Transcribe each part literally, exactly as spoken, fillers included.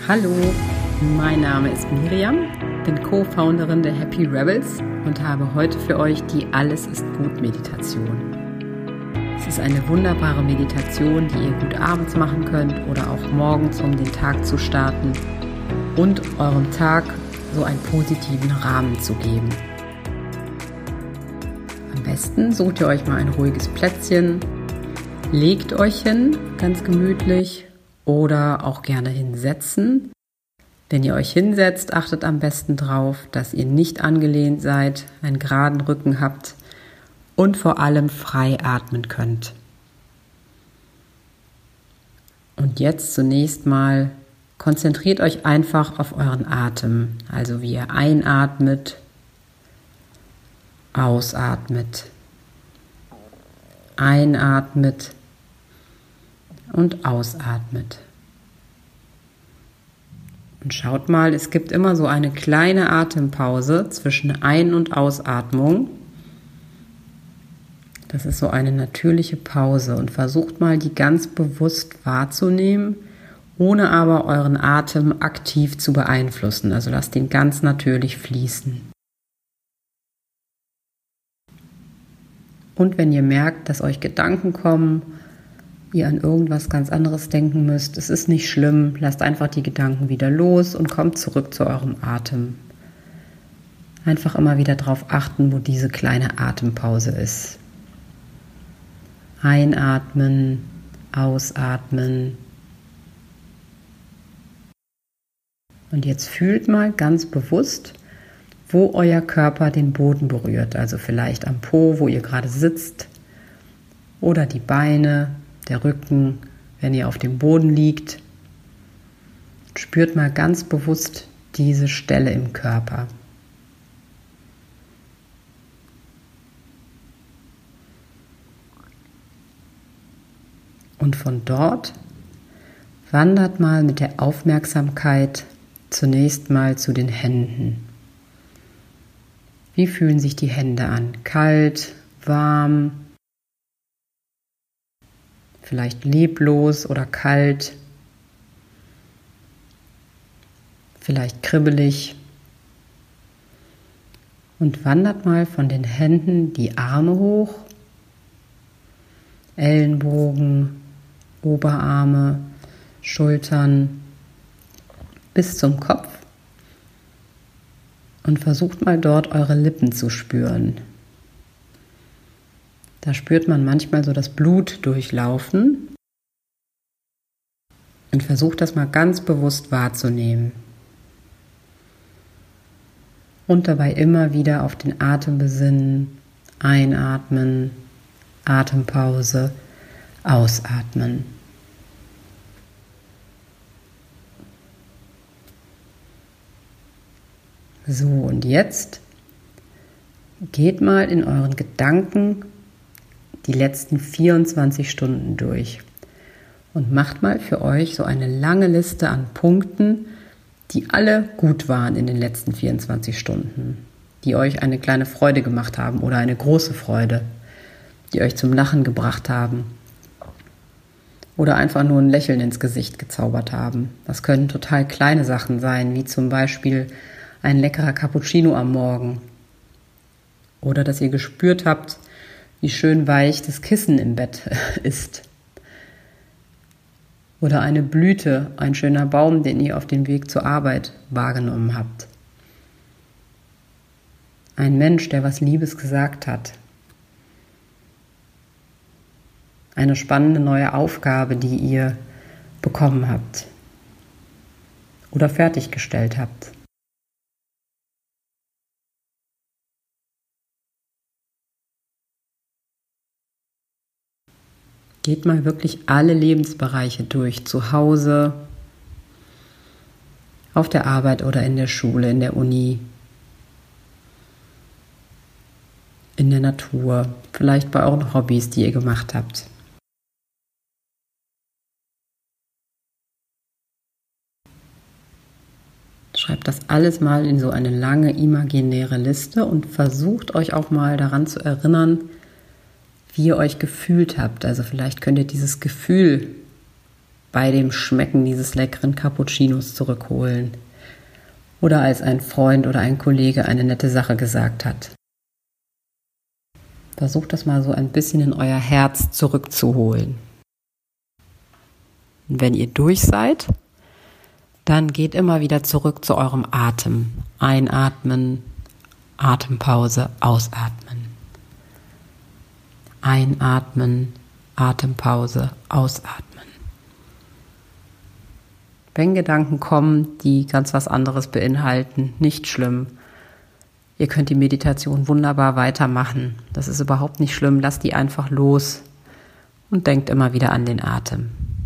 Hallo, mein Name ist Miriam, bin Co-Founderin der Happy Rebels und habe heute für euch die Alles ist gut Meditation. Es ist eine wunderbare Meditation, die ihr gut abends machen könnt oder auch morgens, um den Tag zu starten und eurem Tag so einen positiven Rahmen zu geben. Am besten sucht ihr euch mal ein ruhiges Plätzchen, legt euch hin, ganz gemütlich, oder auch gerne hinsetzen. Wenn ihr euch hinsetzt, achtet am besten darauf, dass ihr nicht angelehnt seid, einen geraden Rücken habt und vor allem frei atmen könnt. Und jetzt zunächst mal konzentriert euch einfach auf euren Atem, also wie ihr einatmet, ausatmet, einatmet und ausatmet. Und schaut mal, es gibt immer so eine kleine Atempause zwischen Ein- und Ausatmung. Das ist so eine natürliche Pause und versucht mal, die ganz bewusst wahrzunehmen, ohne aber euren Atem aktiv zu beeinflussen. Also lasst ihn ganz natürlich fließen. Und wenn ihr merkt, dass euch Gedanken kommen, ihr an irgendwas ganz anderes denken müsst, es ist nicht schlimm, lasst einfach die Gedanken wieder los und kommt zurück zu eurem Atem. Einfach immer wieder darauf achten, wo diese kleine Atempause ist. Einatmen, ausatmen. Und jetzt fühlt mal ganz bewusst, wo euer Körper den Boden berührt. Also vielleicht am Po, wo ihr gerade sitzt, oder die Beine, der Rücken, wenn ihr auf dem Boden liegt. Spürt mal ganz bewusst diese Stelle im Körper. Und von dort wandert mal mit der Aufmerksamkeit zunächst mal zu den Händen. Wie fühlen sich die Hände an? Kalt, warm, vielleicht leblos oder kalt, vielleicht kribbelig. Und wandert mal von den Händen die Arme hoch, Ellenbogen, Oberarme, Schultern bis zum Kopf und versucht mal dort eure Lippen zu spüren. Da spürt man manchmal so das Blut durchlaufen und versucht das mal ganz bewusst wahrzunehmen. Und dabei immer wieder auf den Atem besinnen, einatmen, Atempause, ausatmen. So, und jetzt geht mal in euren Gedanken die letzten vierundzwanzig Stunden durch und macht mal für euch so eine lange Liste an Punkten, die alle gut waren in den letzten vierundzwanzig Stunden, die euch eine kleine Freude gemacht haben oder eine große Freude, die euch zum Lachen gebracht haben oder einfach nur ein Lächeln ins Gesicht gezaubert haben. Das können total kleine Sachen sein, wie zum Beispiel ein leckerer Cappuccino am Morgen oder dass ihr gespürt habt, wie schön weich das Kissen im Bett ist. Oder eine Blüte, ein schöner Baum, den ihr auf dem Weg zur Arbeit wahrgenommen habt. Ein Mensch, der was Liebes gesagt hat. Eine spannende neue Aufgabe, die ihr bekommen habt oder fertiggestellt habt. Geht mal wirklich alle Lebensbereiche durch, zu Hause, auf der Arbeit oder in der Schule, in der Uni, in der Natur, vielleicht bei euren Hobbys, die ihr gemacht habt. Schreibt das alles mal in so eine lange imaginäre Liste und versucht euch auch mal daran zu erinnern, wie ihr euch gefühlt habt. Also vielleicht könnt ihr dieses Gefühl bei dem Schmecken dieses leckeren Cappuccinos zurückholen oder als ein Freund oder ein Kollege eine nette Sache gesagt hat. Versucht das mal so ein bisschen in euer Herz zurückzuholen. Und wenn ihr durch seid, dann geht immer wieder zurück zu eurem Atem. Einatmen, Atempause, ausatmen. Einatmen, Atempause, ausatmen. Wenn Gedanken kommen, die ganz was anderes beinhalten, nicht schlimm. Ihr könnt die Meditation wunderbar weitermachen. Das ist überhaupt nicht schlimm. Lasst die einfach los und denkt immer wieder an den Atem.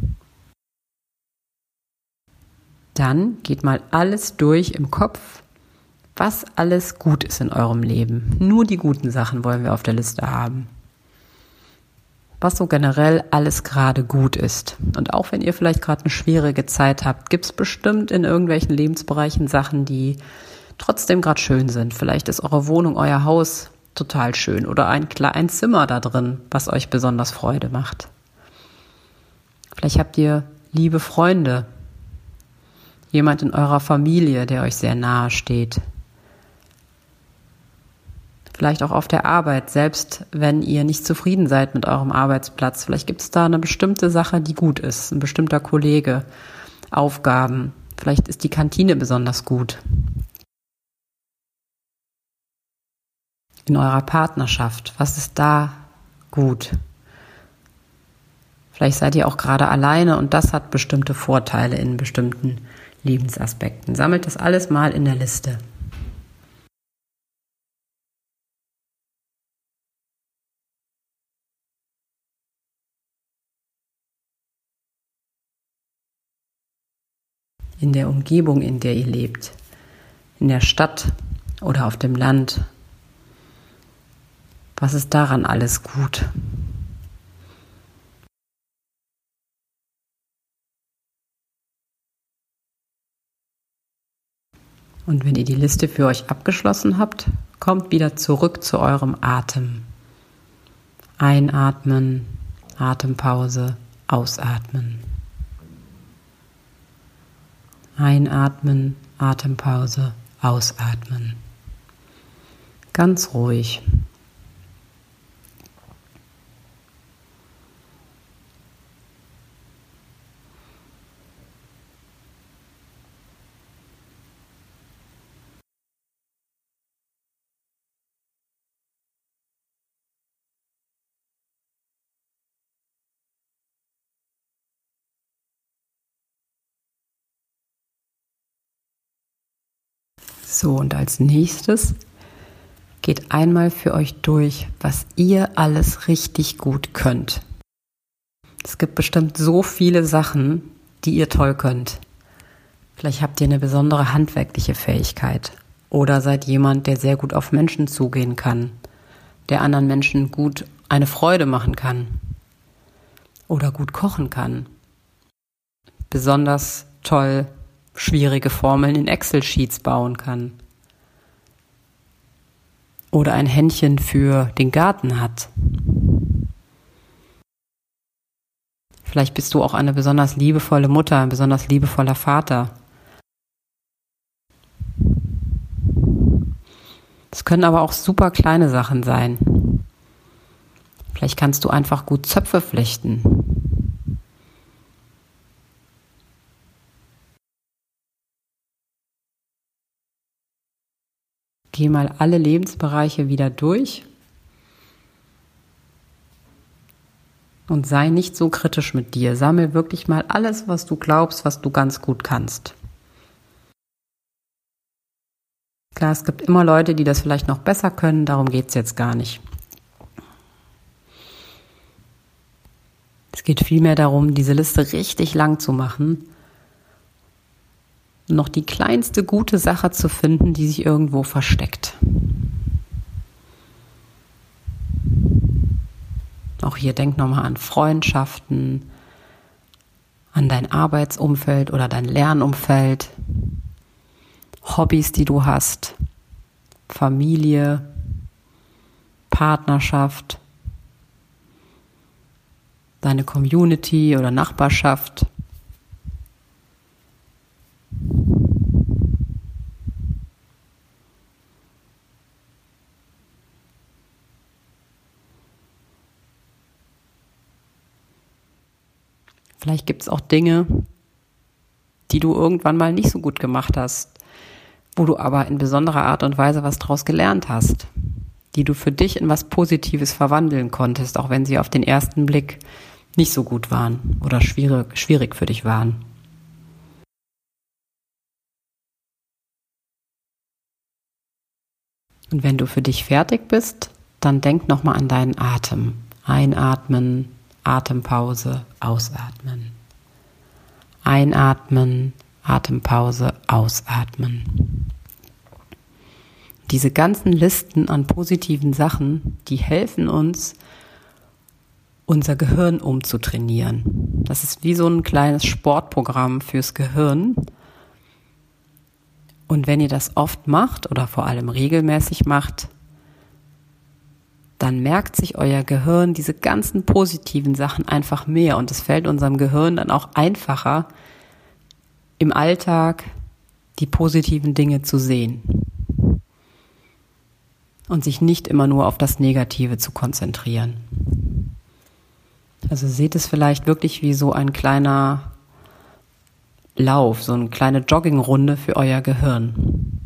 Dann geht mal alles durch im Kopf, was alles gut ist in eurem Leben. Nur die guten Sachen wollen wir auf der Liste haben. Was so generell alles gerade gut ist. Und auch wenn ihr vielleicht gerade eine schwierige Zeit habt, gibt es bestimmt in irgendwelchen Lebensbereichen Sachen, die trotzdem gerade schön sind. Vielleicht ist eure Wohnung, euer Haus total schön oder ein, ein Zimmer da drin, was euch besonders Freude macht. Vielleicht habt ihr liebe Freunde, jemand in eurer Familie, der euch sehr nahe steht. Vielleicht auch auf der Arbeit, selbst wenn ihr nicht zufrieden seid mit eurem Arbeitsplatz. Vielleicht gibt es da eine bestimmte Sache, die gut ist, ein bestimmter Kollege, Aufgaben. Vielleicht ist die Kantine besonders gut. In eurer Partnerschaft, was ist da gut? Vielleicht seid ihr auch gerade alleine und das hat bestimmte Vorteile in bestimmten Lebensaspekten. Sammelt das alles mal in der Liste. In der Umgebung, in der ihr lebt, in der Stadt oder auf dem Land. Was ist daran alles gut? Und wenn ihr die Liste für euch abgeschlossen habt, kommt wieder zurück zu eurem Atem. Einatmen, Atempause, ausatmen. Einatmen, Atempause, ausatmen. Ganz ruhig. So, und als nächstes geht einmal für euch durch, was ihr alles richtig gut könnt. Es gibt bestimmt so viele Sachen, die ihr toll könnt. Vielleicht habt ihr eine besondere handwerkliche Fähigkeit oder seid jemand, der sehr gut auf Menschen zugehen kann, der anderen Menschen gut eine Freude machen kann oder gut kochen kann. Besonders toll schwierige Formeln in Excel-Sheets bauen kann. Oder ein Händchen für den Garten hat. Vielleicht bist du auch eine besonders liebevolle Mutter, ein besonders liebevoller Vater. Es können aber auch super kleine Sachen sein. Vielleicht kannst du einfach gut Zöpfe flechten. Geh mal alle Lebensbereiche wieder durch und sei nicht so kritisch mit dir. Sammel wirklich mal alles, was du glaubst, was du ganz gut kannst. Klar, es gibt immer Leute, die das vielleicht noch besser können, darum geht es jetzt gar nicht. Es geht vielmehr darum, diese Liste richtig lang zu machen, noch die kleinste gute Sache zu finden, die sich irgendwo versteckt. Auch hier denk nochmal an Freundschaften, an dein Arbeitsumfeld oder dein Lernumfeld, Hobbys, die du hast, Familie, Partnerschaft, deine Community oder Nachbarschaft, Vielleicht gibt es auch Dinge, die du irgendwann mal nicht so gut gemacht hast, wo du aber in besonderer Art und Weise was draus gelernt hast, die du für dich in was Positives verwandeln konntest, auch wenn sie auf den ersten Blick nicht so gut waren oder schwierig, schwierig für dich waren. Und wenn du für dich fertig bist, dann denk nochmal an deinen Atem. Einatmen, Atempause, ausatmen. Einatmen, Atempause, ausatmen. Diese ganzen Listen an positiven Sachen, die helfen uns, unser Gehirn umzutrainieren. Das ist wie so ein kleines Sportprogramm fürs Gehirn. Und wenn ihr das oft macht oder vor allem regelmäßig macht, dann merkt sich euer Gehirn diese ganzen positiven Sachen einfach mehr und es fällt unserem Gehirn dann auch einfacher, im Alltag die positiven Dinge zu sehen und sich nicht immer nur auf das Negative zu konzentrieren. Also seht es vielleicht wirklich wie so ein kleiner Lauf, so eine kleine Joggingrunde für euer Gehirn.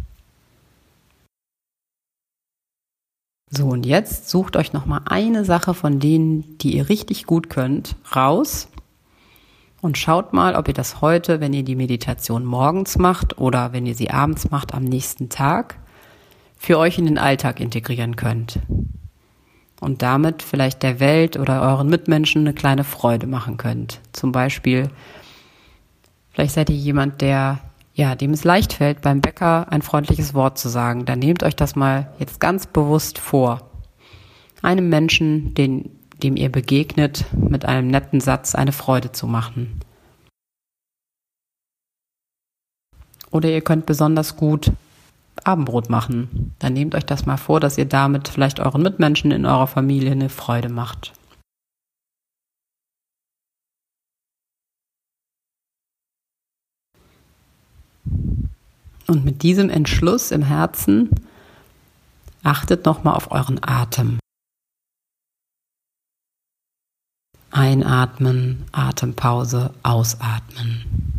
So, und jetzt sucht euch nochmal eine Sache von denen, die ihr richtig gut könnt, raus und schaut mal, ob ihr das heute, wenn ihr die Meditation morgens macht oder wenn ihr sie abends macht am nächsten Tag, für euch in den Alltag integrieren könnt. Und damit vielleicht der Welt oder euren Mitmenschen eine kleine Freude machen könnt. Zum Beispiel, vielleicht seid ihr jemand, der, ja, dem es leicht fällt, beim Bäcker ein freundliches Wort zu sagen. Dann nehmt euch das mal jetzt ganz bewusst vor. Einem Menschen, den, dem ihr begegnet, mit einem netten Satz eine Freude zu machen. Oder ihr könnt besonders gut Abendbrot machen. Dann nehmt euch das mal vor, dass ihr damit vielleicht euren Mitmenschen in eurer Familie eine Freude macht. Und mit diesem Entschluss im Herzen achtet nochmal auf euren Atem. Einatmen, Atempause, ausatmen.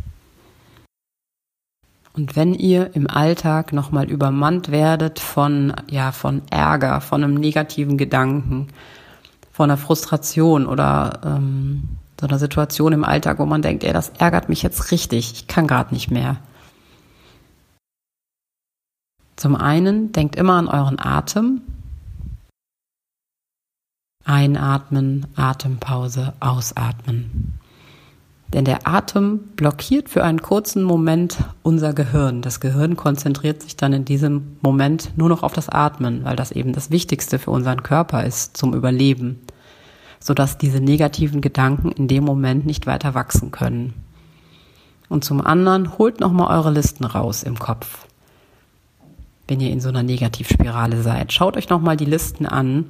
Und wenn ihr im Alltag nochmal übermannt werdet von, ja, von Ärger, von einem negativen Gedanken, von einer Frustration oder ähm, so einer Situation im Alltag, wo man denkt, ey, das ärgert mich jetzt richtig, ich kann gerade nicht mehr. Zum einen, denkt immer an euren Atem. Einatmen, Atempause, ausatmen. Denn der Atem blockiert für einen kurzen Moment unser Gehirn. Das Gehirn konzentriert sich dann in diesem Moment nur noch auf das Atmen, weil das eben das Wichtigste für unseren Körper ist zum Überleben, sodass diese negativen Gedanken in dem Moment nicht weiter wachsen können. Und zum anderen, holt nochmal eure Listen raus im Kopf. Wenn ihr in so einer Negativspirale seid, schaut euch nochmal die Listen an.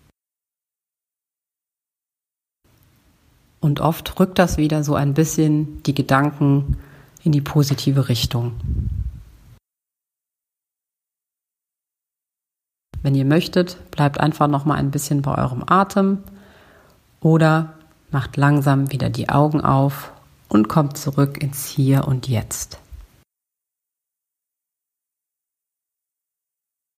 Und oft rückt das wieder so ein bisschen die Gedanken in die positive Richtung. Wenn ihr möchtet, bleibt einfach noch mal ein bisschen bei eurem Atem oder macht langsam wieder die Augen auf und kommt zurück ins Hier und Jetzt.